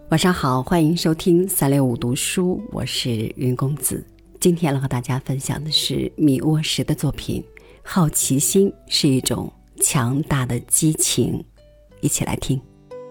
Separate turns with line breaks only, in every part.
晚上好，欢迎收听365读书，我是云公子。今天要和大家分享的是米沃什的作品《好奇心是一种强大的激情》，一起来听。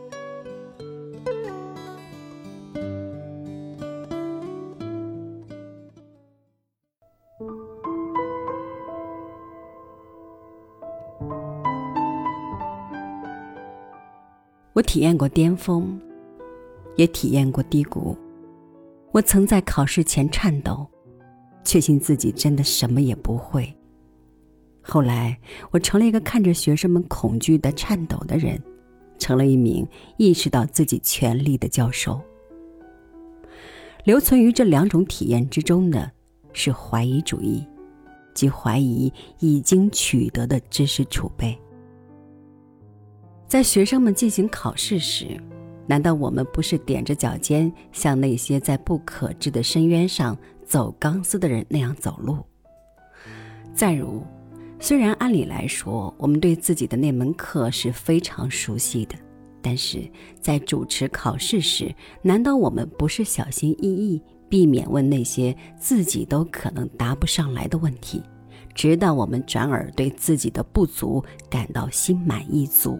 我体验过巅峰，也体验过低谷。我曾在考试前颤抖，确信自己真的什么也不会。后来我成了一个看着学生们恐惧的颤抖的人，成了一名意识到自己权利的教授。留存于这两种体验之中的是怀疑主义，即怀疑已经取得的知识储备。在学生们进行考试时，难道我们不是踮着脚尖像那些在不可知的深渊上走钢丝的人那样走路？再如，虽然按理来说我们对自己的那门课是非常熟悉的，但是在主持考试时，难道我们不是小心翼翼避免问那些自己都可能答不上来的问题，直到我们转而对自己的不足感到心满意足？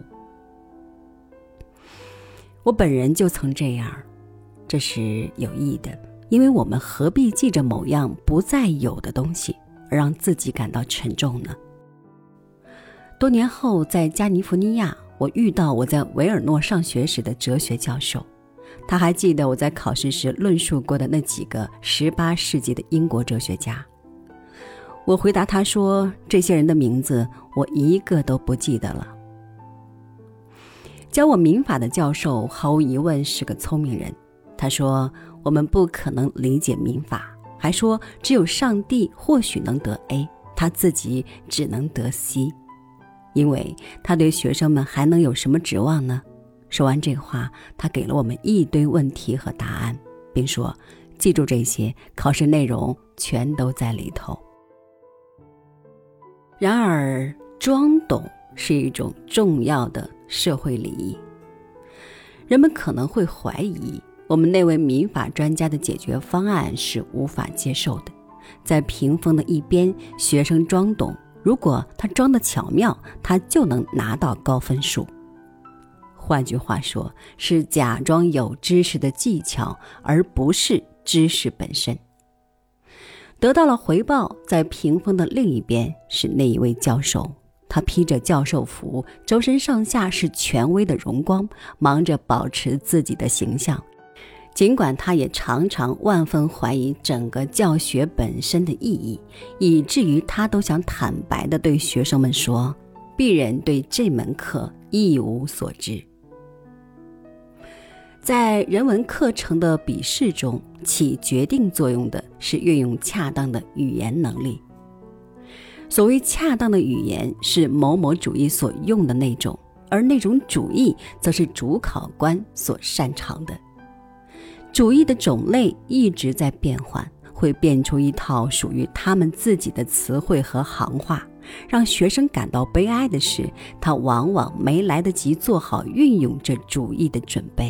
我本人就曾这样，这是有意的，因为我们何必记着某样不再有的东西，而让自己感到沉重呢？多年后，在加利福尼亚，我遇到我在维尔诺上学时的哲学教授，他还记得我在考试时论述过的那几个18世纪的英国哲学家。我回答他说，这些人的名字我一个都不记得了。教我民法的教授毫无疑问是个聪明人，他说我们不可能理解民法，还说只有上帝或许能得 A， 他自己只能得 C， 因为他对学生们还能有什么指望呢？说完这话，他给了我们一堆问题和答案，并说记住这些，考试内容全都在里头。然而装懂是一种重要的社会礼仪。人们可能会怀疑我们那位民法专家的解决方案是无法接受的。在屏风的一边，学生装懂，如果他装得巧妙，他就能拿到高分数。换句话说，是假装有知识的技巧，而不是知识本身。得到了回报，在屏风的另一边是那一位教授，他披着教授服，周身上下是权威的荣光，忙着保持自己的形象。尽管他也常常万分怀疑整个教学本身的意义，以至于他都想坦白地对学生们说，鄙人对这门课一无所知。在人文课程的笔试中，起决定作用的是运用恰当的语言能力。所谓恰当的语言是某某主义所用的那种，而那种主义则是主考官所擅长的。主义的种类一直在变换，会变出一套属于他们自己的词汇和行话。让学生感到悲哀的是，他往往没来得及做好运用这主义的准备。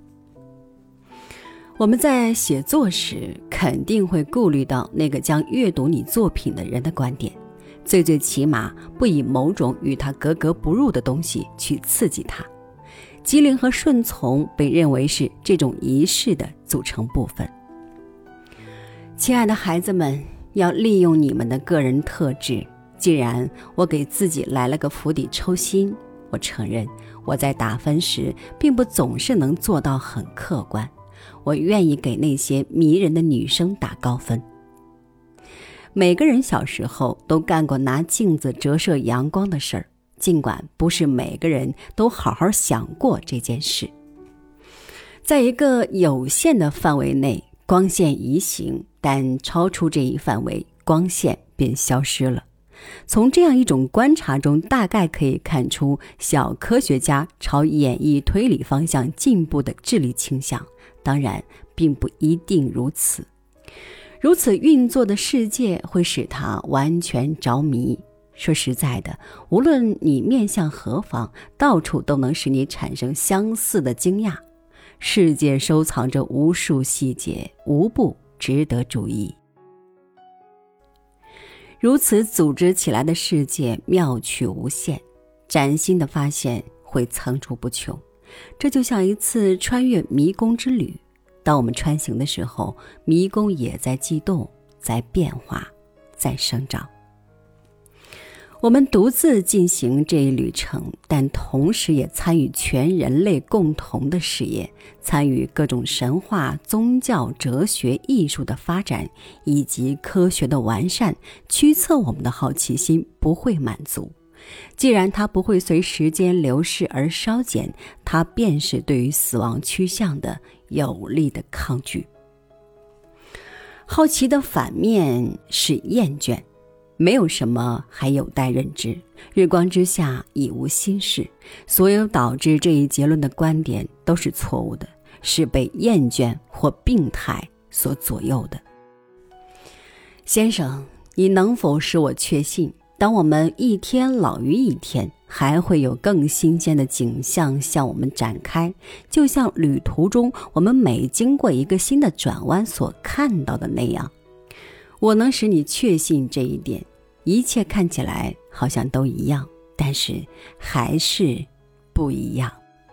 我们在写作时肯定会顾虑到那个将阅读你作品的人的观点，最起码不以某种与他格格不入的东西去刺激他。机灵和顺从被认为是这种仪式的组成部分。亲爱的孩子们，要利用你们的个人特质。既然我给自己来了个釜底抽薪，我承认我在打分时并不总是能做到很客观。我愿意给那些迷人的女生打高分。每个人小时候都干过拿镜子折射阳光的事儿，尽管不是每个人都好好想过这件事。在一个有限的范围内，光线移行，但超出这一范围，光线便消失了。从这样一种观察中，大概可以看出小科学家朝演绎推理方向进步的智力倾向，当然并不一定如此。如此运作的世界会使他完全着迷。说实在的，无论你面向何方，到处都能使你产生相似的惊讶。 世界收藏着无数细节，无不值得注意。如此组织起来的世界妙趣无限，崭新的发现会层出不穷。这就像一次穿越迷宫之旅，当我们穿行的时候，迷宫也在悸动，在变化，在生长。我们独自进行这一旅程，但同时也参与全人类共同的事业，参与各种神话、宗教、哲学、艺术的发展，以及科学的完善。驱策我们的好奇心不会满足，既然它不会随时间流逝而稍减，它便是对于死亡趋向的有力的抗拒。好奇的反面是厌倦，没有什么还有待认知，日光之下已无新事。所有导致这一结论的观点都是错误的，是被厌倦或病态所左右的。先生，你能否使我确信，当我们一天老于一天，还会有更新鲜的景象向我们展开，就像旅途中我们每经过一个新的转弯所看到的那样。我能使你确信这一点，一切看起来好像都一样，但是还是不一样。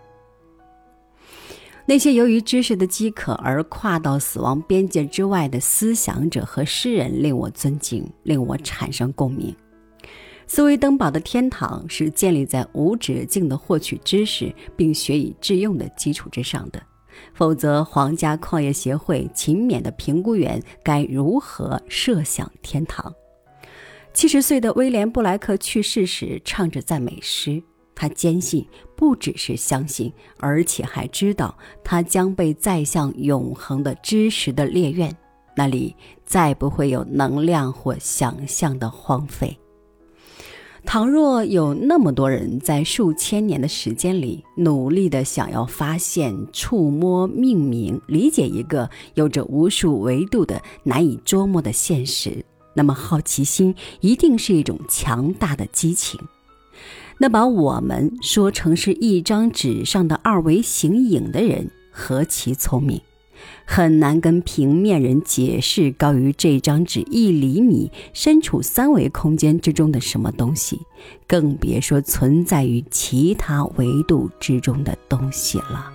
那些由于知识的饥渴而跨到死亡边界之外的思想者和诗人令我尊敬，令我产生共鸣。斯威登堡的天堂是建立在无止境的获取知识并学以致用的基础之上的，否则皇家矿业协会勤勉的评估员该如何设想天堂？70岁的威廉·布莱克去世时唱着赞美诗，他坚信，不只是相信，而且还知道他将被载向永恒的知识的烈焰，那里再不会有能量或想象的荒废。倘若有那么多人在数千年的时间里努力地想要发现、触摸、命名、理解一个有着无数维度的难以捉摸的现实，那么好奇心一定是一种强大的激情。那把我们说成是一张纸上的二维形影的人何其聪明，很难跟平面人解释高于这张纸1厘米身处3维空间之中的什么东西，更别说存在于其他维度之中的东西了。